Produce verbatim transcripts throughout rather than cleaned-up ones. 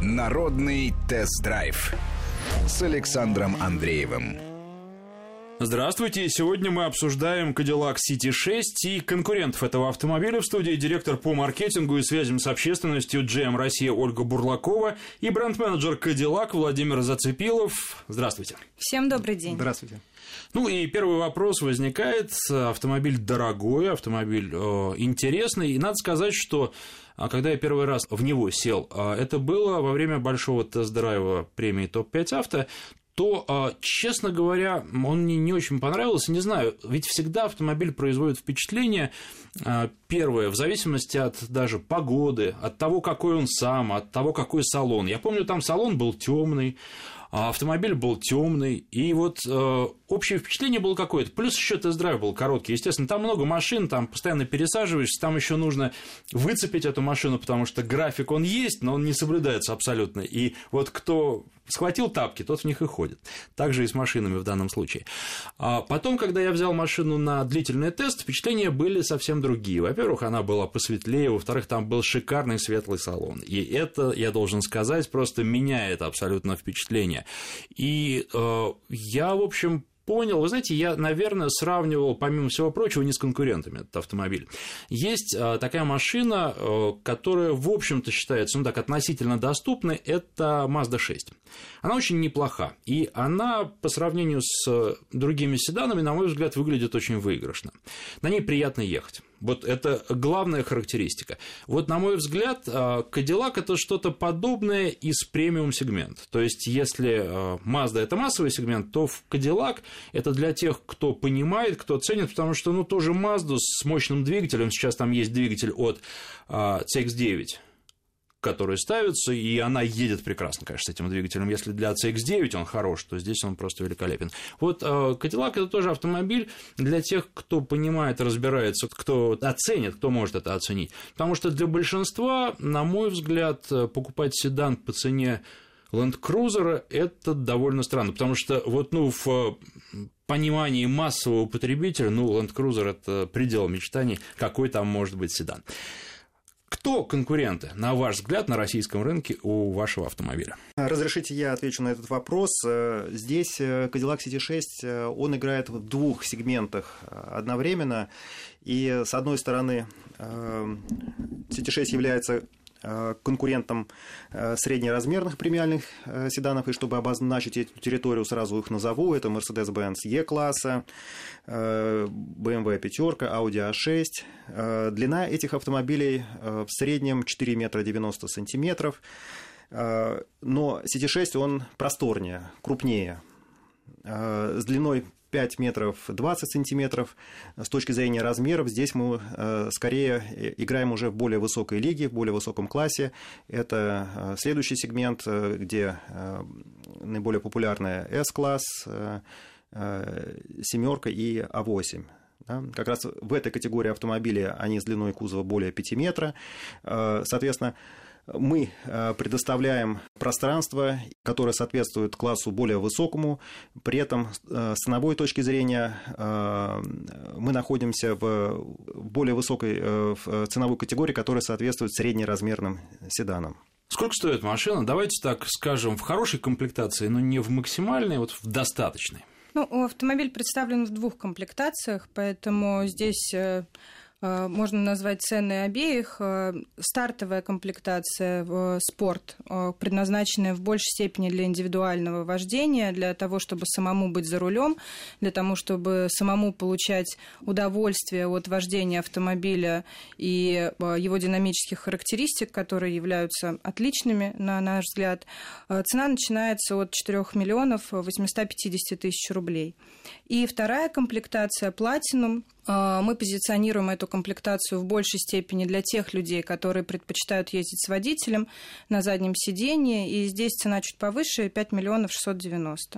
Народный тест-драйв с Александром Андреевым. Здравствуйте. Сегодня мы обсуждаем Cadillac си ти шесть и конкурентов этого автомобиля. В студии директор по маркетингу и связям с общественностью джи эм Россия Ольга Бурлакова и бренд-менеджер Cadillac Владимир Зацепилов. Здравствуйте. Всем добрый день. Здравствуйте. Ну и первый вопрос возникает. Автомобиль дорогой, автомобиль э, интересный. И надо сказать, что когда я первый раз в него сел, это было во время большого тест-драйва премии топ пять авто, то, честно говоря, он мне не очень понравился. Не знаю, ведь всегда автомобиль производит впечатление, первое, в зависимости от даже погоды, от того, какой он сам, от того, какой салон. Я помню, там салон был темный, автомобиль был темный, и вот э, общее впечатление было какое-то. Плюс еще тест-драйв был короткий. Естественно, там много машин, там постоянно пересаживаешься, там еще нужно выцепить эту машину, потому что график он есть, но он не соблюдается абсолютно. И вот кто схватил тапки, тот в них и ходит. Так же и с машинами в данном случае. А потом, когда я взял машину на длительный тест, впечатления были совсем другие. Во-первых, она была посветлее, во-вторых, там был шикарный светлый салон. И это, я должен сказать, просто меняет абсолютно впечатление. И э, я, в общем, понял, вы знаете, я, наверное, сравнивал, помимо всего прочего, не с конкурентами этот автомобиль. Есть э, такая машина, э, которая, в общем-то, считается, ну так, относительно доступной, это Mazda шесть. Она очень неплоха, и она, по сравнению с другими седанами, на мой взгляд, выглядит очень выигрышно. На ней приятно ехать. Вот это главная характеристика. Вот, на мой взгляд, Cadillac – это что-то подобное из премиум-сегмента. То есть, если Mazda – это массовый сегмент, то Cadillac – это для тех, кто понимает, кто ценит, потому что, ну, тоже Mazda с мощным двигателем, сейчас там есть двигатель от си икс девять, который ставится, и она едет прекрасно, конечно, с этим двигателем. Если для си икс девять он хорош, то здесь он просто великолепен. Вот Cadillac – это тоже автомобиль для тех, кто понимает, разбирается, кто оценит, кто может это оценить. Потому что для большинства, на мой взгляд, покупать седан по цене Land Cruiser – это довольно странно, потому что вот, ну, в понимании массового потребителя, ну, Land Cruiser – это предел мечтаний, какой там может быть седан. Кто конкуренты, на ваш взгляд, на российском рынке у вашего автомобиля? Разрешите, я отвечу на этот вопрос. Здесь Cadillac си ти шесть, он играет в двух сегментах одновременно. И, с одной стороны, си ти шесть является конкурентом среднеразмерных премиальных седанов, и чтобы обозначить эту территорию, сразу их назову, это Mercedes-Benz E-класса, бэ эм вэ пятерка, Audi а шесть. Длина этих автомобилей в среднем четыре метра девяносто сантиметров, но си ти шесть он просторнее, крупнее, с длиной пять метров двадцать сантиметров. С точки зрения размеров, здесь мы э, скорее играем уже в более высокой лиге, в более высоком классе. Это э, следующий сегмент, э, где э, наиболее популярная S-класс, э, э, семерка и а восемь. Да? Как раз в этой категории автомобилей они с длиной кузова более пяти метров. Э, соответственно, мы предоставляем пространство, которое соответствует классу более высокому. При этом с ценовой точки зрения мы находимся в более высокой в ценовой категории, которая соответствует среднеразмерным седанам. Сколько стоит машина? Давайте так скажем, в хорошей комплектации, но не в максимальной, вот в достаточной. Ну, автомобиль представлен в двух комплектациях, поэтому здесь можно назвать цены обеих. Стартовая комплектация спорт, предназначенная в большей степени для индивидуального вождения, для того, чтобы самому быть за рулем, для того, чтобы самому получать удовольствие от вождения автомобиля и его динамических характеристик, которые являются отличными, на наш взгляд. Цена начинается от четырёх миллионов восемьсот пятьдесят тысяч рублей. И вторая комплектация Platinum. Мы позиционируем эту комплектацию в большей степени для тех людей, которые предпочитают ездить с водителем на заднем сидении, и здесь цена чуть повыше, пять миллионов шестьсот девяносто.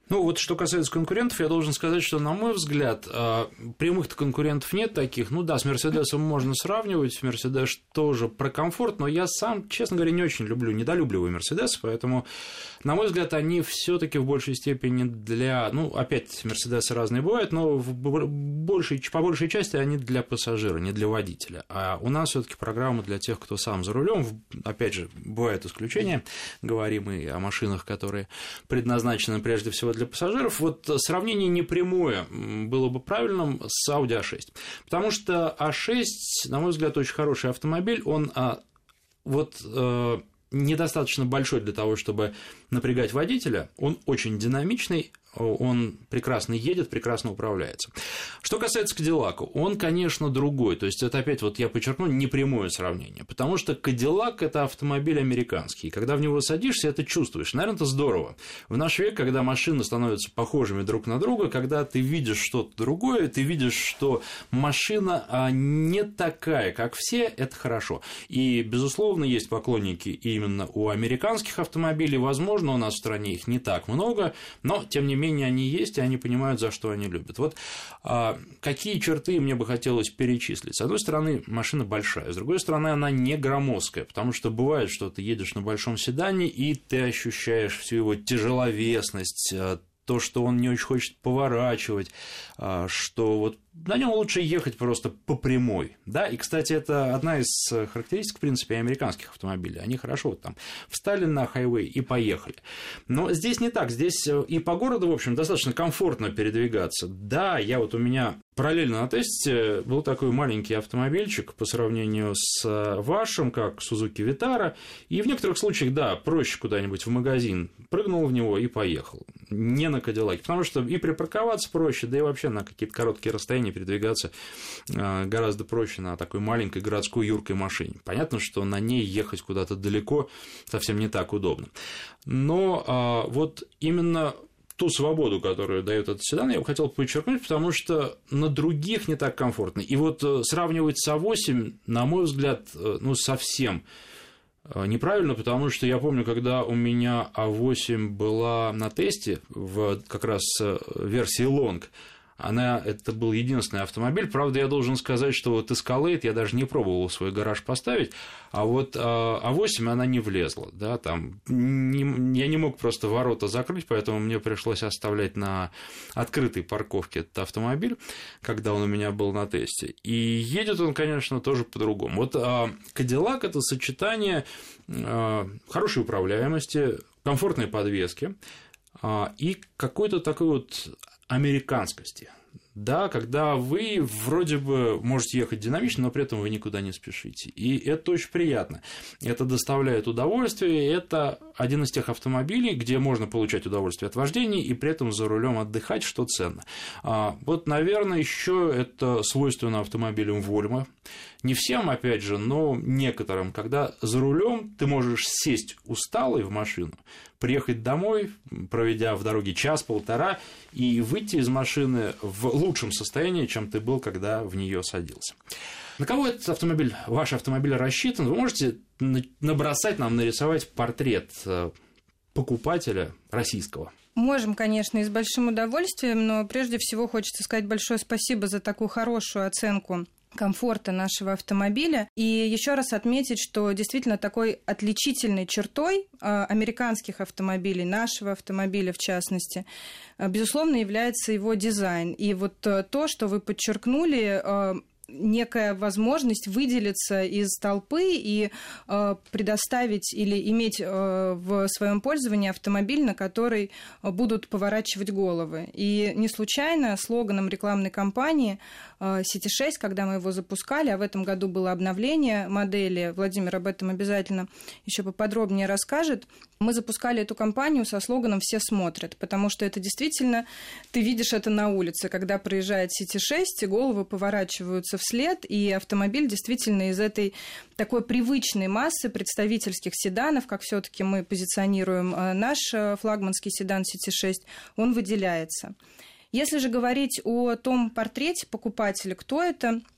Ну, вот что касается конкурентов, я должен сказать, что, на мой взгляд, прямых-то конкурентов нет таких. Ну да, с Мерседесом можно сравнивать, Мерседес тоже про комфорт, но я сам, честно говоря, не очень люблю, недолюбливаю Мерседес, поэтому, на мой взгляд, они все-таки в большей степени для, ну, опять, Мерседесы разные бывают, но в большей, по большей части они для пассажира, не для водителя. А у нас все-таки программа для тех, кто сам за рулем. Опять же, бывают исключения, говорим и о машинах, которые предназначены прежде всего для для пассажиров. Вот сравнение непрямое было бы правильным с Audi а шесть, потому что а шесть, на мой взгляд, очень хороший автомобиль, он а, вот а, недостаточно большой для того, чтобы напрягать водителя, он очень динамичный, он прекрасно едет, прекрасно управляется. Что касается Кадиллака, он, конечно, другой. То есть, это опять, вот я подчеркну, непрямое сравнение. Потому что Кадиллак – это автомобиль американский. И когда в него садишься, это чувствуешь. Наверное, это здорово. В наш век, когда машины становятся похожими друг на друга, когда ты видишь что-то другое, ты видишь, что машина не такая, как все, это хорошо. И, безусловно, есть поклонники именно у американских автомобилей. Возможно, у нас в стране их не так много, но, тем не менее, они есть, и они понимают, за что они любят. Вот а, какие черты мне бы хотелось перечислить? С одной стороны, машина большая, с другой стороны, она не громоздкая, потому что бывает, что ты едешь на большом седане, и ты ощущаешь всю его тяжеловесность, то, что он не очень хочет поворачивать, что вот на нем лучше ехать просто по прямой. Да? И, кстати, это одна из характеристик, в принципе, американских автомобилей. Они хорошо вот там встали на хайвей и поехали. Но здесь не так. Здесь и по городу, в общем, достаточно комфортно передвигаться. Да, я вот у меня параллельно на тесте был такой маленький автомобильчик по сравнению с вашим, как Suzuki Vitara. И в некоторых случаях, да, проще куда-нибудь в магазин. Прыгнул в него и поехал. Не на Кадиллаке. Потому что и припарковаться проще, да и вообще на какие-то короткие расстояния передвигаться гораздо проще на такой маленькой городской юркой машине. Понятно, что на ней ехать куда-то далеко совсем не так удобно. Но вот именно ту свободу, которую дает этот седан, я бы хотел подчеркнуть, потому что на других не так комфортно. И вот сравнивать с а восемь, на мой взгляд, ну, совсем неправильно, потому что я помню, когда у меня а восемь была на тесте в как раз версии Long, она, это был единственный автомобиль. Правда, я должен сказать, что вот Escalade я даже не пробовал в свой гараж поставить, а вот а восемь она не влезла. Да, там не, я не мог просто ворота закрыть, поэтому мне пришлось оставлять на открытой парковке этот автомобиль, когда он у меня был на тесте. И едет он, конечно, тоже по-другому. Вот Cadillac – это сочетание хорошей управляемости, комфортной подвески и какой-то такой вот американскости. Да, когда вы вроде бы можете ехать динамично, но при этом вы никуда не спешите. И это очень приятно. Это доставляет удовольствие. Это один из тех автомобилей, где можно получать удовольствие от вождения и при этом за рулем отдыхать, что ценно. А вот, наверное, еще это свойственно автомобилям Volvo. Не всем, опять же, но некоторым, когда за рулем ты можешь сесть усталый в машину, приехать домой, проведя в дороге час-полтора, и выйти из машины в лучшем состоянии, чем ты был, когда в нее садился. На кого этот автомобиль, ваш автомобиль рассчитан? Вы можете набросать нам, нарисовать портрет покупателя российского? Можем, конечно, и с большим удовольствием, но прежде всего хочется сказать большое спасибо за такую хорошую оценку комфорта нашего автомобиля. И еще раз отметить, что действительно такой отличительной чертой американских автомобилей, нашего автомобиля в частности, безусловно, является его дизайн. И вот то, что вы подчеркнули, некая возможность выделиться из толпы и э, предоставить или иметь э, в своем пользовании автомобиль, на который будут поворачивать головы. И не случайно слоганом рекламной кампании э, Сити шесть, когда мы его запускали, а в этом году было обновление модели, Владимир об этом обязательно еще поподробнее расскажет, мы запускали эту кампанию со слоганом «Все смотрят», потому что это действительно, ты видишь это на улице, когда проезжает Сити шесть, головы поворачиваются вслед, и автомобиль действительно из этой такой привычной массы представительских седанов, как все-таки мы позиционируем наш флагманский седан Сити шесть, он выделяется. Если же говорить о том портрете покупателя, кто это,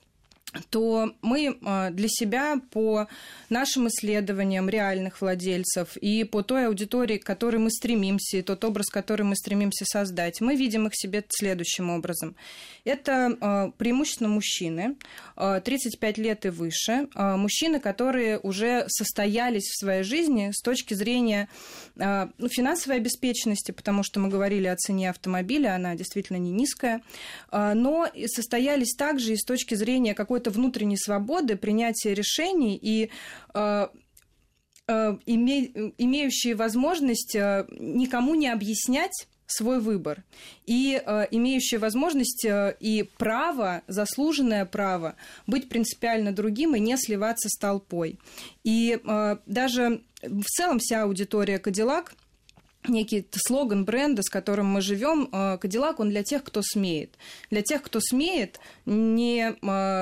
то мы для себя по нашим исследованиям реальных владельцев и по той аудитории, к которой мы стремимся, и тот образ, который мы стремимся создать, мы видим их себе следующим образом. Это преимущественно мужчины, тридцать пять лет и выше, мужчины, которые уже состоялись в своей жизни с точки зрения ну, финансовой обеспеченности, потому что мы говорили о цене автомобиля, она действительно не низкая, но и состоялись также и с точки зрения какой-то внутренней свободы, принятия решений и э, э, име, имеющие возможность э, никому не объяснять свой выбор и э, имеющие возможность э, и право, заслуженное право быть принципиально другим и не сливаться с толпой. И э, даже в целом вся аудитория Cadillac, некий слоган бренда, с которым мы живем, Cadillac, он для тех, кто смеет. Для тех, кто смеет не...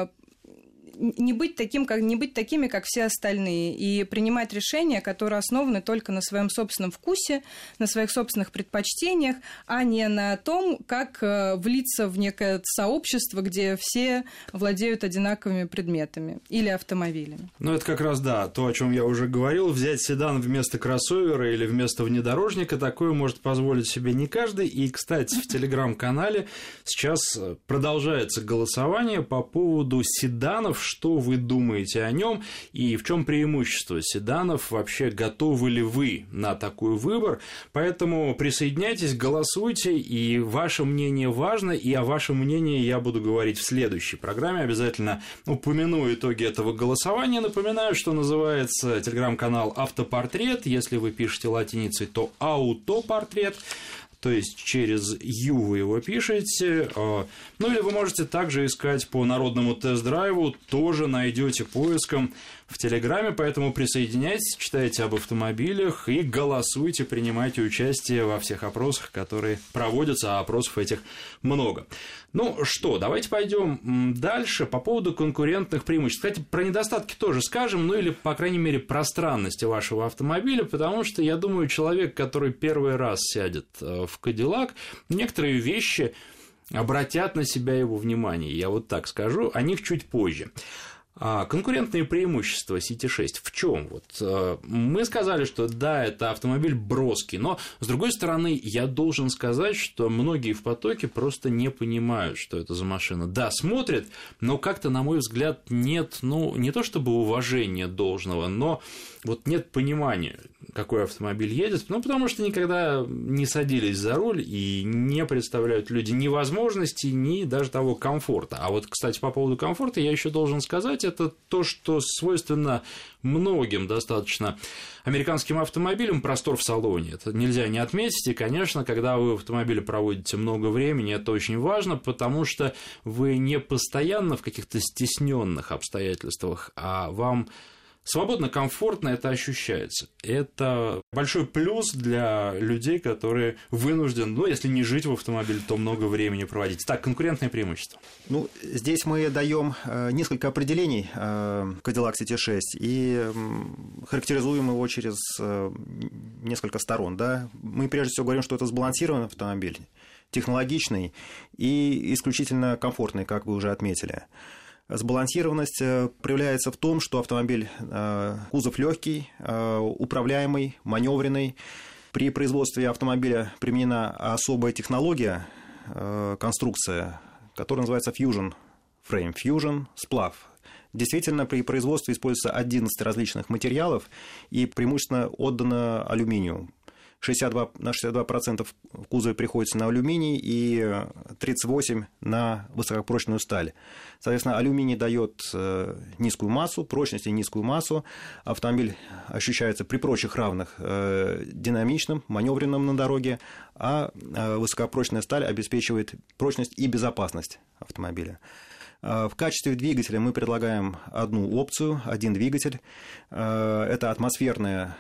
не быть, таким, как, не быть такими, как все остальные, и принимать решения, которые основаны только на своем собственном вкусе, на своих собственных предпочтениях, а не на том, как влиться в некое сообщество, где все владеют одинаковыми предметами или автомобилями. Ну, это как раз, да, то, о чем я уже говорил. Взять седан вместо кроссовера или вместо внедорожника, такое может позволить себе не каждый. И, кстати, в телеграм-канале сейчас продолжается голосование по поводу седанов. Что вы думаете о нем и в чем преимущество седанов? Вообще, готовы ли вы на такой выбор? Поэтому присоединяйтесь, голосуйте, и ваше мнение важно, и о вашем мнении я буду говорить в следующей программе. Обязательно упомяну итоги этого голосования. Напоминаю, что называется телеграм-канал «Автопортрет». Если вы пишете латиницей, то «Аутопортрет». То есть через «Ю» вы его пишете. Ну или вы можете также искать по народному тест-драйву, тоже найдете поиском в Телеграме, поэтому присоединяйтесь, читайте об автомобилях и голосуйте, принимайте участие во всех опросах, которые проводятся, а опросов этих много. Ну что, давайте пойдем дальше по поводу конкурентных преимуществ. Кстати, про недостатки тоже скажем, ну или, по крайней мере, про странности вашего автомобиля, потому что, я думаю, человек, который первый раз сядет в Cadillac, некоторые вещи обратят на себя его внимание, я вот так скажу, о них чуть позже. Конкурентные преимущества си ти шесть в чем? Вот, мы сказали, что да, это автомобиль броский, но, с другой стороны, я должен сказать, что многие в потоке просто не понимают, что это за машина. Да, смотрят, но как-то, на мой взгляд, нет, ну, не то чтобы уважения должного, но вот нет понимания, какой автомобиль едет, ну, потому что никогда не садились за руль и не представляют люди ни возможностей, ни даже того комфорта. А вот, кстати, по поводу комфорта я еще должен сказать, это то, что свойственно многим достаточно американским автомобилям, простор в салоне. Это нельзя не отметить, и, конечно, когда вы в автомобиле проводите много времени, это очень важно, потому что вы не постоянно в каких-то стесненных обстоятельствах, а вам свободно, комфортно это ощущается. Это большой плюс для людей, которые вынуждены, ну, если не жить в автомобиле, то много времени проводить. Так, конкурентные преимущества. Ну, здесь мы даем несколько определений Cadillac си ти шесть и характеризуем его через несколько сторон. Да? Мы прежде всего говорим, что это сбалансированный автомобиль, технологичный и исключительно комфортный, как вы уже отметили. Сбалансированность проявляется в том, что автомобиль, кузов легкий, управляемый, маневренный. При производстве автомобиля применена особая технология, конструкция, которая называется Fusion Frame, Fusion сплав. Действительно, при производстве используется одиннадцать различных материалов и преимущественно отдано алюминию. шестьдесят два, на шестьдесят два процента в кузове приходится на алюминий и тридцать восемь процентов на высокопрочную сталь. Соответственно, алюминий дает низкую массу, прочность и низкую массу. Автомобиль ощущается при прочих равных динамичным, маневренным на дороге, а высокопрочная сталь обеспечивает прочность и безопасность автомобиля. В качестве двигателя мы предлагаем одну опцию, один двигатель. Это атмосферная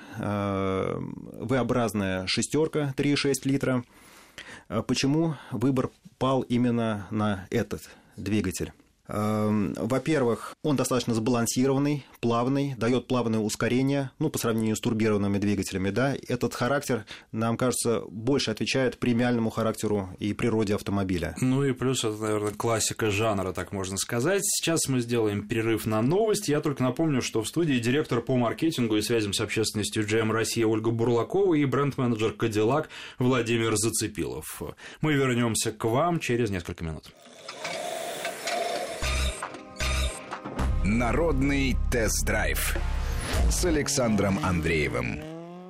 V-образная шестерка три и шесть литра. Почему выбор пал именно на этот двигатель? Во-первых, он достаточно сбалансированный, плавный, дает плавное ускорение, ну, по сравнению с турбированными двигателями, да. Этот характер, нам кажется, больше отвечает премиальному характеру и природе автомобиля. Ну и плюс это, наверное, классика жанра, так можно сказать. Сейчас мы сделаем перерыв на новости. Я только напомню, что в студии директор по маркетингу и связям с общественностью джи эм Россия Ольга Бурлакова и бренд-менеджер Cadillac Владимир Зацепилов. Мы вернемся к вам через несколько минут. Народный тест-драйв с Александром Андреевым.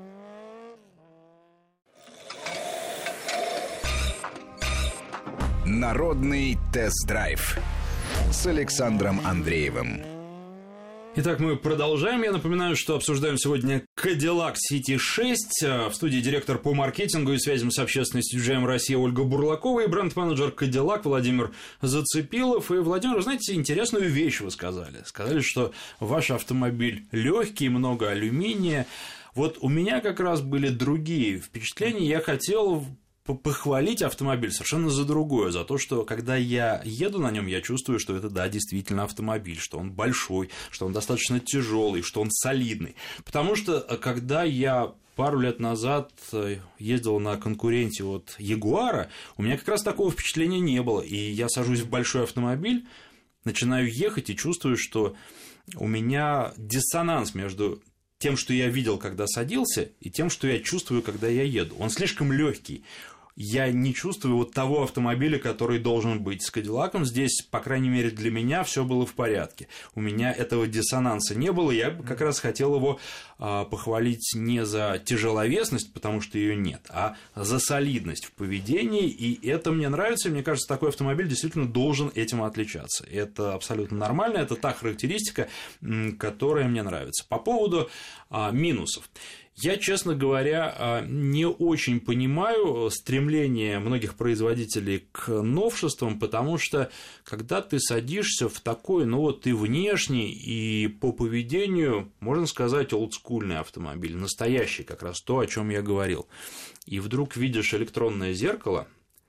Народный тест-драйв с Александром Андреевым. Итак, мы продолжаем. Я напоминаю, что обсуждаем сегодня Cadillac си ти шесть. В студии директор по маркетингу и связям с общественностью джи эм Россия Ольга Бурлакова и бренд-менеджер Cadillac Владимир Зацепилов. И, Владимир, вы знаете, интересную вещь вы сказали. Сказали, что ваш автомобиль легкий, много алюминия. Вот у меня как раз были другие впечатления. Я хотел похвалить автомобиль совершенно за другое, за то, что когда я еду на нем, я чувствую, что это, да, действительно автомобиль, что он большой, что он достаточно тяжелый, что он солидный. Потому что когда я пару лет назад ездил на конкуренте от Ягуара, у меня как раз такого впечатления не было. И я сажусь в большой автомобиль, начинаю ехать и чувствую, что у меня диссонанс между тем, что я видел, когда садился, и тем, что я чувствую, когда я еду. Он слишком легкий. Я не чувствую вот того автомобиля, который должен быть. С Кадиллаком здесь, по крайней мере, для меня все было в порядке. У меня этого диссонанса не было. Я как раз хотел его а, похвалить не за тяжеловесность, потому что ее нет, а за солидность в поведении. И это мне нравится. И мне кажется, такой автомобиль действительно должен этим отличаться. Это абсолютно нормально. Это та характеристика, которая мне нравится. По поводу а, минусов. Я, честно говоря, не очень понимаю стремление многих производителей к новшествам, потому что, когда ты садишься в такой, ну вот и внешний, и по поведению, можно сказать, олдскульный автомобиль, настоящий, как раз то, о чем я говорил, и вдруг видишь электронное зеркало,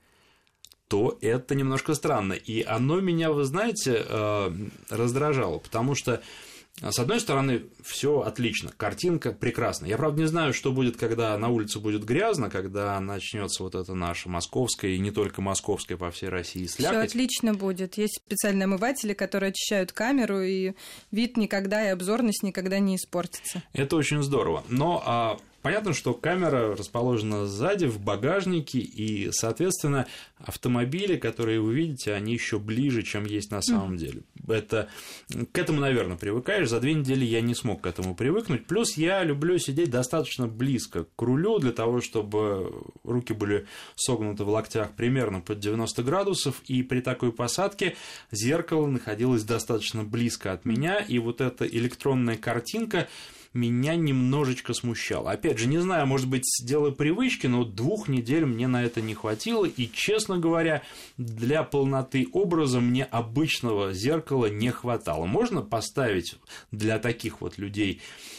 то это немножко странно. И оно меня, вы знаете, раздражало, потому что, с одной стороны, все отлично, картинка прекрасна. Я, правда, не знаю, что будет, когда на улице будет грязно, когда начнется вот это наше московское, и не только московское, по всей России слякоть. Все отлично будет. Есть специальные омыватели, которые очищают камеру, и вид никогда, и обзорность никогда не испортится. Это очень здорово. Но а, понятно, что камера расположена сзади, в багажнике, и, соответственно, автомобили, которые вы видите, они еще ближе, чем есть на самом mm. деле. Это, к этому, наверное, привыкаешь. За две недели я не смог к этому привыкнуть. Плюс я люблю сидеть достаточно близко к рулю для того, чтобы руки были согнуты в локтях примерно под девяносто градусов, и при такой посадке зеркало находилось достаточно близко от меня, и вот эта электронная картинка меня немножечко смущало. Опять же, не знаю, может быть, дело привычки, но двух недель мне на это не хватило, и, честно говоря, для полноты образа мне обычного зеркала не хватало. Можно поставить для таких вот людей,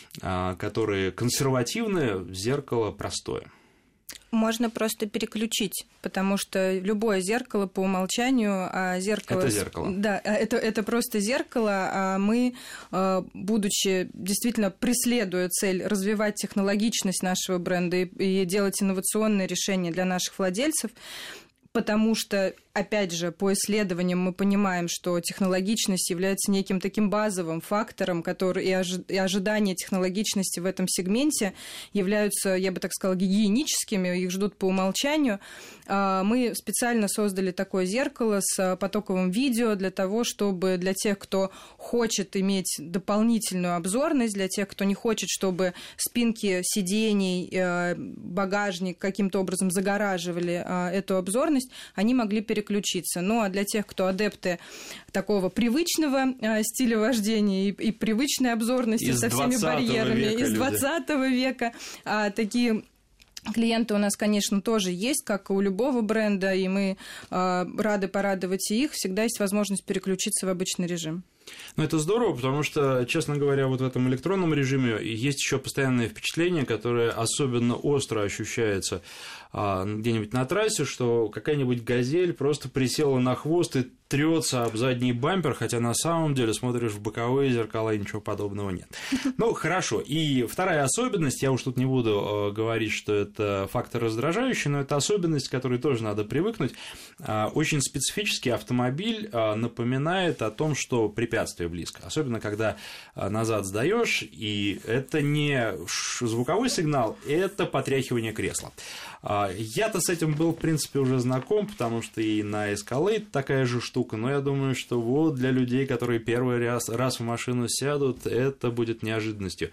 которые консервативные, зеркало простое? Можно просто переключить, потому что любое зеркало по умолчанию, а зеркало... Это зеркало. Да, это, это просто зеркало, а мы, будучи действительно преследуя цель развивать технологичность нашего бренда и, и делать инновационные решения для наших владельцев, потому что, опять же, по исследованиям мы понимаем, что технологичность является неким таким базовым фактором, который и, ожи- и ожидания технологичности в этом сегменте являются, я бы так сказала, гигиеническими, их ждут по умолчанию. Мы специально создали такое зеркало с потоковым видео для того, чтобы для тех, кто хочет иметь дополнительную обзорность, для тех, кто не хочет, чтобы спинки сидений, багажник каким-то образом загораживали эту обзорность, они могли переключиться. Ну, а для тех, кто адепты такого привычного э, стиля вождения и, и привычной обзорности из со всеми барьерами из двадцатого века, а, такие клиенты у нас, конечно, тоже есть, как и у любого бренда, и мы э, рады порадовать и их. Всегда есть возможность переключиться в обычный режим. Ну, это здорово, потому что, честно говоря, вот в этом электронном режиме есть еще постоянное впечатление, которое особенно остро ощущается а, где-нибудь на трассе, что какая-нибудь газель просто присела на хвост и трется об задний бампер, хотя на самом деле смотришь в боковые зеркала и ничего подобного нет. Ну, хорошо. И вторая особенность, я уж тут не буду э, говорить, что это фактор раздражающий, но это особенность, к которой тоже надо привыкнуть. Э, очень специфический автомобиль э, напоминает о том, что препятствие близко. Особенно, когда э, назад сдаешь, и это не звуковой сигнал, это потряхивание кресла. Э, я-то с этим был, в принципе, уже знаком, потому что и на Escalade такая же штука, но я думаю, что вот для людей, которые первый раз, раз в машину сядут, это будет неожиданностью.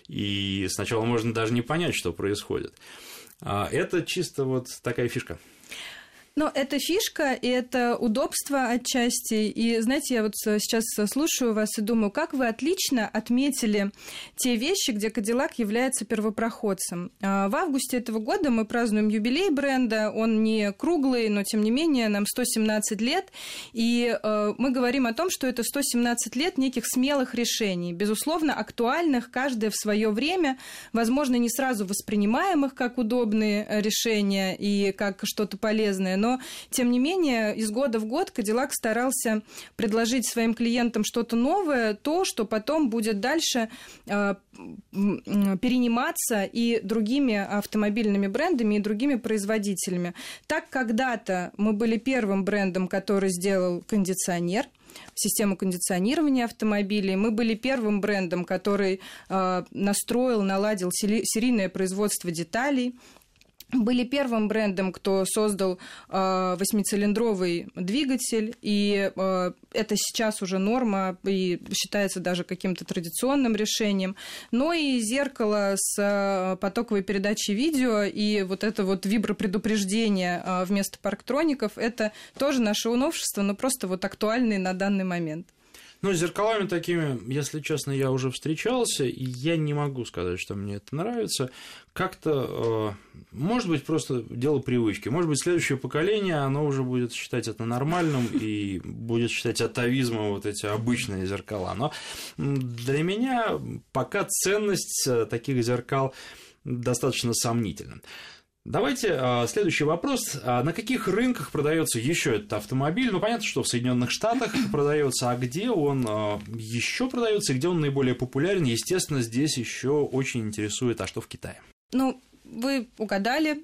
И сначала можно даже не понять, что происходит. Это чисто вот такая фишка. Но это фишка, и это удобство отчасти. И, знаете, я вот сейчас слушаю вас и думаю, как вы отлично отметили те вещи, где Cadillac является первопроходцем. В августе этого года мы празднуем юбилей бренда. Он не круглый, но, тем не менее, нам сто семнадцать лет. И мы говорим о том, что это сто семнадцать лет неких смелых решений, безусловно, актуальных, каждое в свое время, возможно, не сразу воспринимаемых как удобные решения и как что-то полезное, но, тем не менее, из года в год Cadillac старался предложить своим клиентам что-то новое, то, что потом будет дальше э, перениматься и другими автомобильными брендами, и другими производителями. Так, когда-то мы были первым брендом, который сделал кондиционер, систему кондиционирования автомобилей. Мы были первым брендом, который э, настроил, наладил серийное производство деталей. Были первым брендом, кто создал э, восьмицилиндровый двигатель, и э, это сейчас уже норма и считается даже каким-то традиционным решением. Но и зеркало с э, потоковой передачей видео и вот это вот вибропредупреждение э, вместо парктроников – это тоже наше новшество, но просто вот актуальные на данный момент. Ну, с зеркалами такими, если честно, я уже встречался, и я не могу сказать, что мне это нравится. Как-то, э, может быть, просто дело привычки. Может быть, следующее поколение, оно уже будет считать это нормальным и будет считать атовизмом вот эти обычные зеркала. Но для меня пока ценность таких зеркал достаточно сомнительна. Давайте а, следующий вопрос. А на каких рынках продается еще этот автомобиль? Ну, понятно, что в Соединенных Штатах продается, а где он а, еще продается и где он наиболее популярен? Естественно, здесь еще очень интересует, а что в Китае? Ну, вы угадали.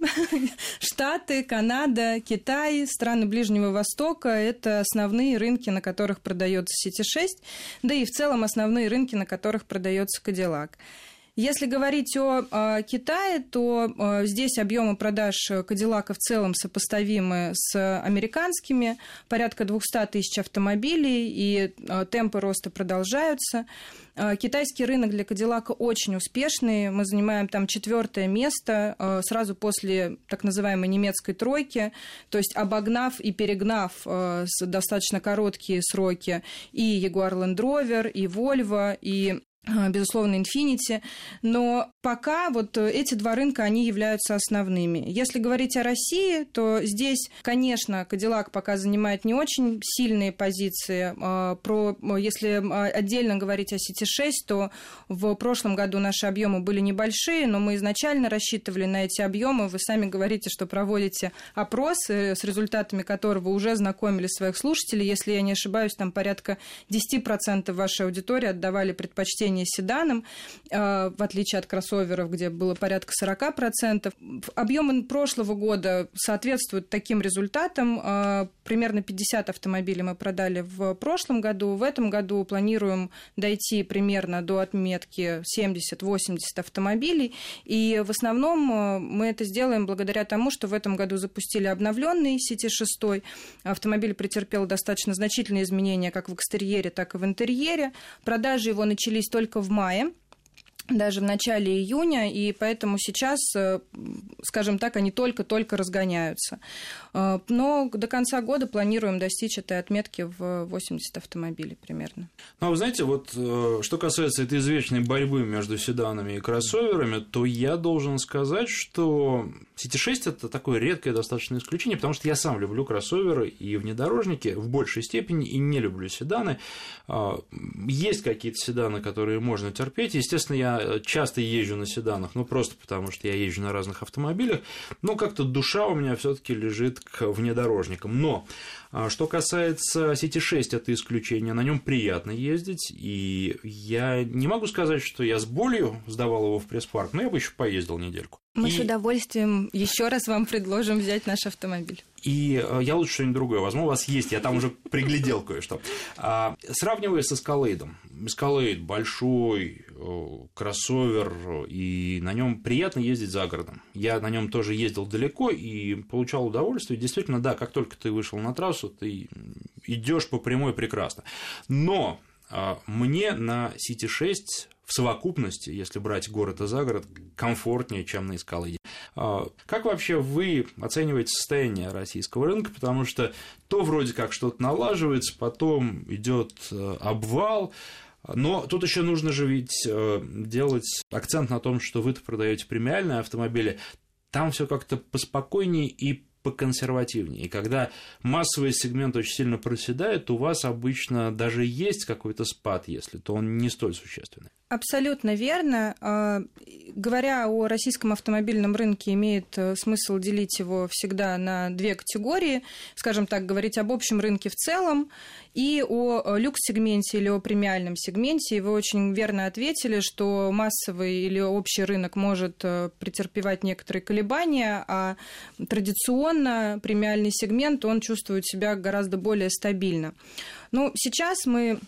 Штаты, Канада, Китай, страны Ближнего Востока – это основные рынки, на которых продается си ти шесть, да и в целом основные рынки, на которых продается Cadillac. Если говорить о э, Китае, то э, здесь объемы продаж Cadillac в целом сопоставимы с американскими, порядка двести тысяч автомобилей, и э, темпы роста продолжаются. Э, китайский рынок для Cadillac очень успешный, мы занимаем там четвертое место э, сразу после так называемой немецкой тройки, то есть обогнав и перегнав э, с достаточно короткие сроки и Jaguar Land Rover, и Volvo, и безусловно, Infiniti, но пока вот эти два рынка, они являются основными. Если говорить о России, то здесь, конечно, Cadillac пока занимает не очень сильные позиции. Про, если отдельно говорить о си ти шесть, то в прошлом году наши объемы были небольшие, но мы изначально рассчитывали на эти объемы. Вы сами говорите, что проводите опрос, с результатами которого уже знакомили своих слушателей. Если я не ошибаюсь, там порядка десять процентов вашей аудитории отдавали предпочтение седанам, в отличие от кроссоверов, где было порядка сорок процентов. Объемы прошлого года соответствуют таким результатам. Примерно пятьдесят автомобилей мы продали в прошлом году. В этом году планируем дойти примерно до отметки семьдесят-восемьдесят автомобилей. И в основном мы это сделаем благодаря тому, что в этом году запустили обновленный си ти шесть. Автомобиль претерпел достаточно значительные изменения как в экстерьере, так и в интерьере. Продажи его начались только в мае, даже в начале июня, и поэтому сейчас, скажем так, они только-только разгоняются. Но до конца года планируем достичь этой отметки в восемьдесят автомобилей примерно. Ну, вы знаете, вот что касается этой извечной борьбы между седанами и кроссоверами, то я должен сказать, что си ти шесть – это такое редкое достаточно исключение, потому что я сам люблю кроссоверы и внедорожники в большей степени и не люблю седаны. Есть какие-то седаны, которые можно терпеть. Естественно, я я часто езжу на седанах, ну, просто потому что я езжу на разных автомобилях, но как-то душа у меня все-таки лежит к внедорожникам. Но что касается Сити шесть, это исключение, на нем приятно ездить, и я не могу сказать, что я с болью сдавал его в пресс-парк, но я бы еще поездил недельку. Мы и... с удовольствием еще раз вам предложим взять наш автомобиль. И я лучше что-нибудь другое возьму, у вас есть, я там уже приглядел кое-что. А, сравнивая с Эскалейдом. Эскалейд большой, кроссовер, и на нем приятно ездить за городом. Я на нем тоже ездил далеко и получал удовольствие. Действительно, да, как только ты вышел на трассу, ты идешь по прямой прекрасно. Но а, мне на Сити шесть в совокупности, если брать город и загород, комфортнее, чем на Эскалейде. Как вообще вы оцениваете состояние российского рынка? Потому что то вроде как что-то налаживается, потом идет обвал. Но тут еще нужно же ведь делать акцент на том, что вы-то продаете премиальные автомобили. Там все как-то поспокойнее и поконсервативнее. И когда массовый сегмент очень сильно проседает, у вас обычно даже есть какой-то спад, если то он не столь существенный. Абсолютно верно. Говоря о российском автомобильном рынке, имеет смысл делить его всегда на две категории. Скажем так, говорить об общем рынке в целом и о люкс-сегменте или о премиальном сегменте. И вы очень верно ответили, что массовый или общий рынок может претерпевать некоторые колебания, а традиционно премиальный сегмент, он чувствует себя гораздо более стабильно. Ну, сейчас мы...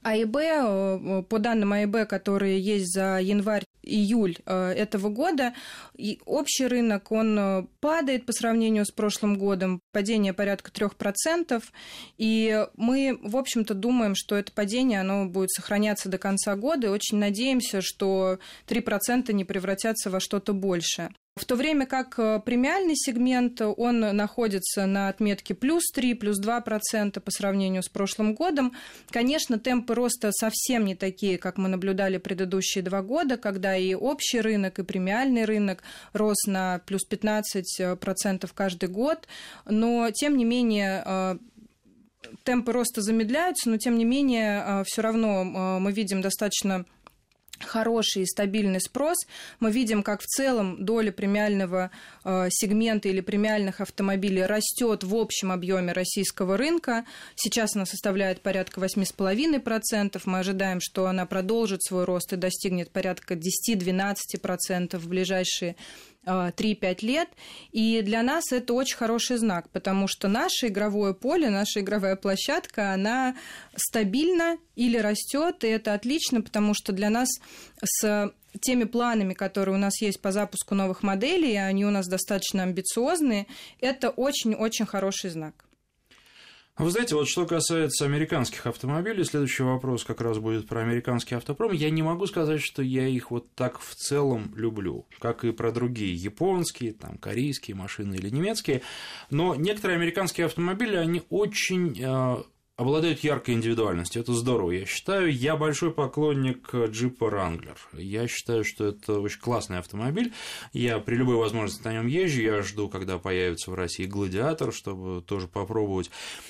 АИБ, по данным АИБ, которые есть за январь-июль этого года, и общий рынок, он падает по сравнению с прошлым годом, падение порядка трех процентов, и мы, в общем-то, думаем, что это падение, оно будет сохраняться до конца года, и очень надеемся, что три процента не превратятся во что-то большее. В то время как премиальный сегмент, он находится на отметке плюс три, плюс два процента по сравнению с прошлым годом. Конечно, темпы роста совсем не такие, как мы наблюдали предыдущие два года, когда и общий рынок, и премиальный рынок рос на плюс пятнадцать процентов каждый год. Но, тем не менее, темпы роста замедляются, но, тем не менее, все равно мы видим достаточно хороший и стабильный спрос. Мы видим, как в целом доля премиального э, сегмента или премиальных автомобилей растет в общем объеме российского рынка. Сейчас она составляет порядка восемь целых пять десятых процента. Мы ожидаем, что она продолжит свой рост и достигнет порядка десять-двенадцать процентов в ближайшие три-пять лет, и для нас это очень хороший знак, потому что наше игровое поле, наша игровая площадка, она стабильна или растет, и это отлично, потому что для нас с теми планами, которые у нас есть по запуску новых моделей, они у нас достаточно амбициозные, это очень-очень хороший знак. Вы знаете, вот что касается американских автомобилей, следующий вопрос как раз будет про американский автопром. Я не могу сказать, что я их вот так в целом люблю, как и про другие японские, там, корейские машины или немецкие, но некоторые американские автомобили, они очень... Э, обладают яркой индивидуальностью, это здорово, я считаю. Я большой поклонник джипа Wrangler. Я считаю, что это очень классный автомобиль. Я при любой возможности на нем езжу. Я жду, когда появится в России Гладиатор, чтобы тоже попробовать.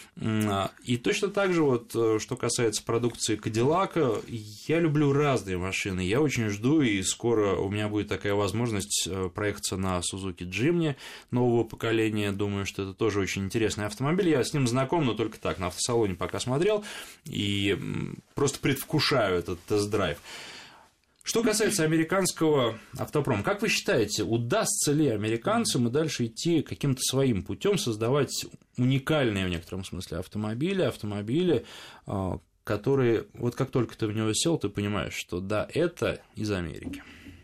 И точно так же, вот, что касается продукции Кадиллака, я люблю разные машины. Я очень жду, и скоро у меня будет такая возможность проехаться на Suzuki Jimny нового поколения. Думаю, что это тоже очень интересный автомобиль. Я с ним знаком, но только так, на автосалоне пока смотрел, и просто предвкушаю этот тест-драйв. Что касается американского автопрома, как вы считаете, удастся ли американцам и дальше идти каким-то своим путем, создавать уникальные в некотором смысле автомобили, автомобили, которые, вот как только ты в него сел, ты понимаешь, что да, это из Америки?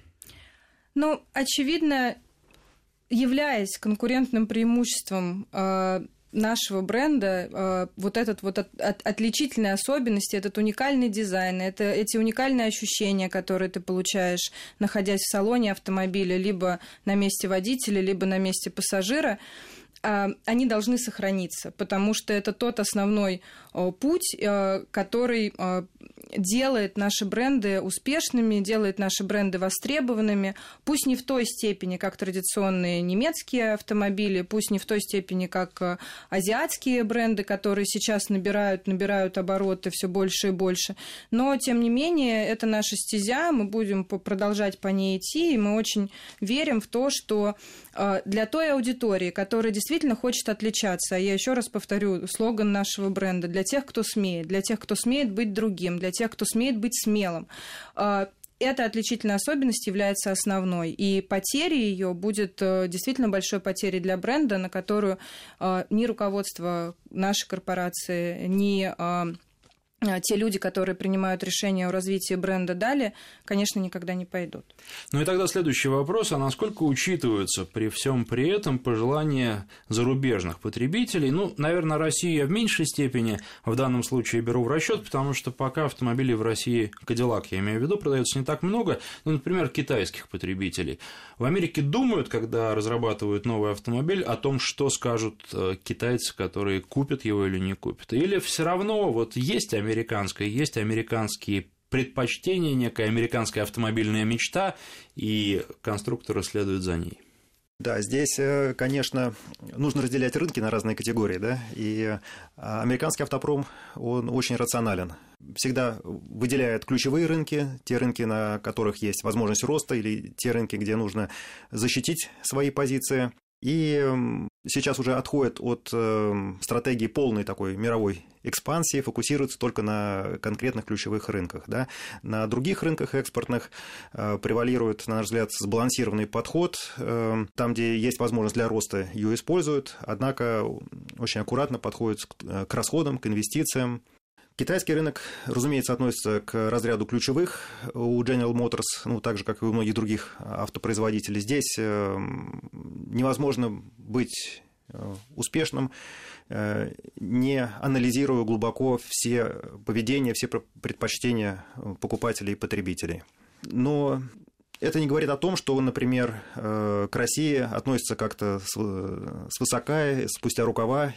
Ну, очевидно, являясь конкурентным преимуществом нашего бренда, вот этот вот от, от, отличительные особенности, этот уникальный дизайн, это, эти уникальные ощущения, которые ты получаешь, находясь в салоне автомобиля, либо на месте водителя, либо на месте пассажира, они должны сохраниться, потому что это тот основной путь, который делает наши бренды успешными, делает наши бренды востребованными, пусть не в той степени, как традиционные немецкие автомобили, пусть не в той степени, как азиатские бренды, которые сейчас набирают, набирают обороты все больше и больше, но, тем не менее, это наша стезя, мы будем продолжать по ней идти, и мы очень верим в то, что для той аудитории, которая действительно хочет отличаться, а я еще раз повторю слоган нашего бренда, для тех, кто смеет, для тех, кто смеет быть другим, для тех, кто смеет быть смелым, эта отличительная особенность является основной, и потеря ее будет действительно большой потерей для бренда, на которую ни руководство нашей корпорации, ни те люди, которые принимают решения о развитии бренда далее, конечно, никогда не пойдут. Ну и тогда следующий вопрос, а насколько учитываются при всем при этом пожелания зарубежных потребителей? Ну, наверное, Россию я в меньшей степени в данном случае беру в расчет, потому что пока автомобилей в России, Cadillac, я имею в виду, продается не так много, ну, например, китайских потребителей. В Америке думают, когда разрабатывают новый автомобиль, о том, что скажут китайцы, которые купят его или не купят. Или все равно вот есть американцы, американское, есть американские предпочтения, некая американская автомобильная мечта, и конструкторы следуют за ней. Да, здесь, конечно, нужно разделять рынки на разные категории, да, и американский автопром, он очень рационален. Всегда выделяет ключевые рынки, те рынки, на которых есть возможность роста, или те рынки, где нужно защитить свои позиции. И сейчас уже отходит от стратегии полной такой мировой экспансии, фокусируется только на конкретных ключевых рынках. Да. На других рынках экспортных превалирует, на наш взгляд, сбалансированный подход. Там, где есть возможность для роста, ее используют, однако очень аккуратно подходит к расходам, к инвестициям. Китайский рынок, разумеется, относится к разряду ключевых у General Motors, ну, так же, как и у многих других автопроизводителей. Здесь невозможно быть успешным, не анализируя глубоко все поведения, все предпочтения покупателей и потребителей. Но это не говорит о том, что, например, к России относятся как-то свысока, спустя рукава,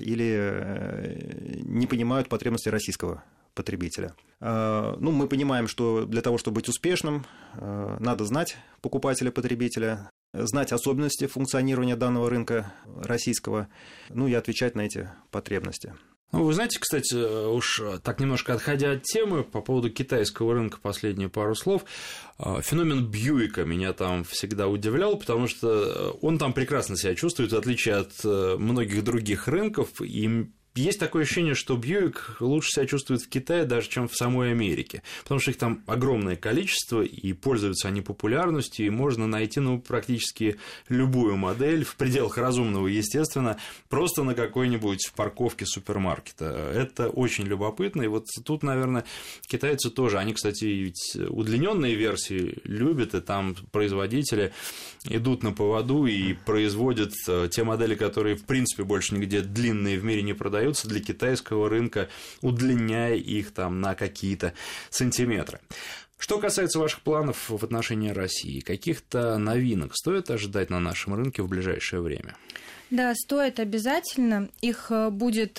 или не понимают потребностей российского потребителя. Ну, мы понимаем, что для того, чтобы быть успешным, надо знать покупателя-потребителя, знать особенности функционирования данного рынка российского, ну и отвечать на эти потребности. Ну, вы знаете, кстати, уж так немножко отходя от темы, по поводу китайского рынка последние пару слов, феномен Бьюика меня там всегда удивлял, потому что он там прекрасно себя чувствует, в отличие от многих других рынков, и есть такое ощущение, что Бьюик лучше себя чувствует в Китае даже, чем в самой Америке, потому что их там огромное количество, и пользуются они популярностью, и можно найти, ну, практически любую модель в пределах разумного, естественно, просто на какой-нибудь парковке супермаркета. Это очень любопытно, и вот тут, наверное, китайцы тоже, они, кстати, ведь удлиненные версии любят, и там производители идут на поводу и производят те модели, которые, в принципе, больше нигде длинные в мире не продаются, для китайского рынка, удлиняя их там на какие-то сантиметры. Что касается ваших планов в отношении России, каких-то новинок стоит ожидать на нашем рынке в ближайшее время? Да, стоит обязательно. Их будет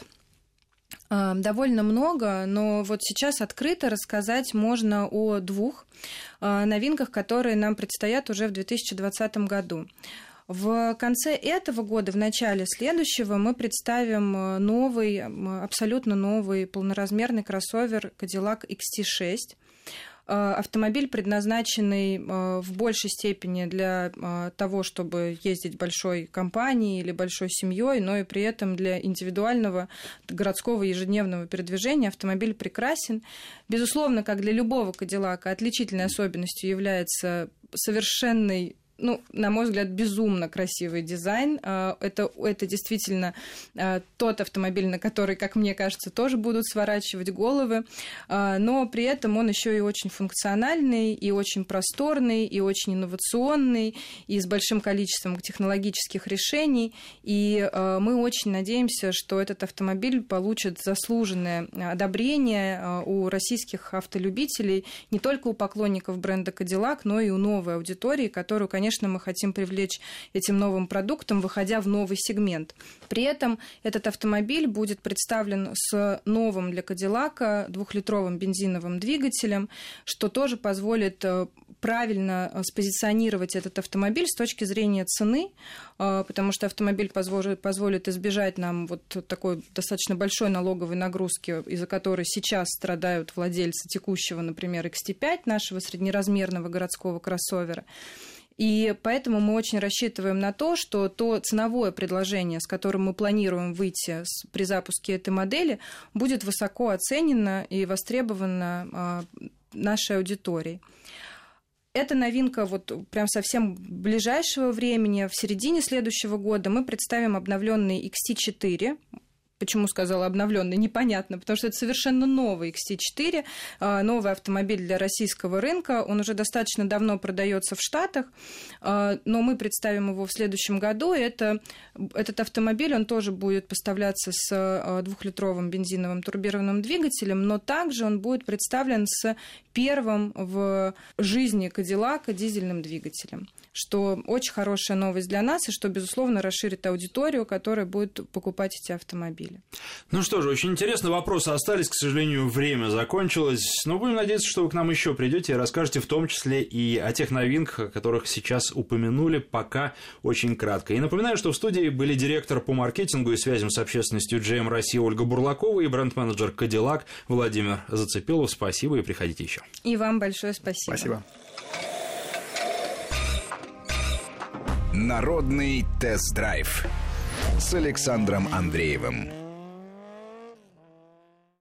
довольно много, но вот сейчас открыто рассказать можно о двух новинках, которые нам предстоят уже в две тысячи двадцатом году. В конце этого года, в начале следующего, мы представим новый, абсолютно новый полноразмерный кроссовер Cadillac икс ти шесть. Автомобиль, предназначенный в большей степени для того, чтобы ездить большой компанией или большой семьей, но и при этом для индивидуального городского ежедневного передвижения. Автомобиль прекрасен. Безусловно, как для любого Кадиллака, отличительной особенностью является совершенный, ну, на мой взгляд, безумно красивый дизайн. Это, это действительно тот автомобиль, на который, как мне кажется, тоже будут сворачивать головы, но при этом он еще и очень функциональный, и очень просторный, и очень инновационный, и с большим количеством технологических решений. И мы очень надеемся, что этот автомобиль получит заслуженное одобрение у российских автолюбителей, не только у поклонников бренда Cadillac, но и у новой аудитории, которую, конечно, конечно, мы хотим привлечь этим новым продуктом, выходя в новый сегмент. При этом этот автомобиль будет представлен с новым для Кадиллака двухлитровым бензиновым двигателем, что тоже позволит правильно спозиционировать этот автомобиль с точки зрения цены, потому что автомобиль позволит, позволит избежать нам вот такой достаточно большой налоговой нагрузки, из-за которой сейчас страдают владельцы текущего, например, икс ти пять, нашего среднеразмерного городского кроссовера. И поэтому мы очень рассчитываем на то, что то ценовое предложение, с которым мы планируем выйти при запуске этой модели, будет высоко оценено и востребовано нашей аудиторией. Это новинка вот прям совсем ближайшего времени. В середине следующего года мы представим обновленный икс ти четыре. Почему сказала обновленный, непонятно, потому что это совершенно новый икс ти четыре, новый автомобиль для российского рынка. Он уже достаточно давно продается в Штатах, но мы представим его в следующем году. Это, этот автомобиль, он тоже будет поставляться с двухлитровым бензиновым турбированным двигателем, но также он будет представлен с первым в жизни Кадиллака дизельным двигателем, что очень хорошая новость для нас и что, безусловно, расширит аудиторию, которая будет покупать эти автомобили. Ну что же, очень интересно, вопросы остались, к сожалению, время закончилось, но будем надеяться, что вы к нам еще придете и расскажете в том числе и о тех новинках, о которых сейчас упомянули, пока очень кратко. И напоминаю, что в студии были директор по маркетингу и связям с общественностью джи эм России Ольга Бурлакова и бренд-менеджер Cadillac Владимир Зацепилов. Спасибо и приходите еще. И вам большое спасибо. Спасибо. Народный тест-драйв с Александром Андреевым.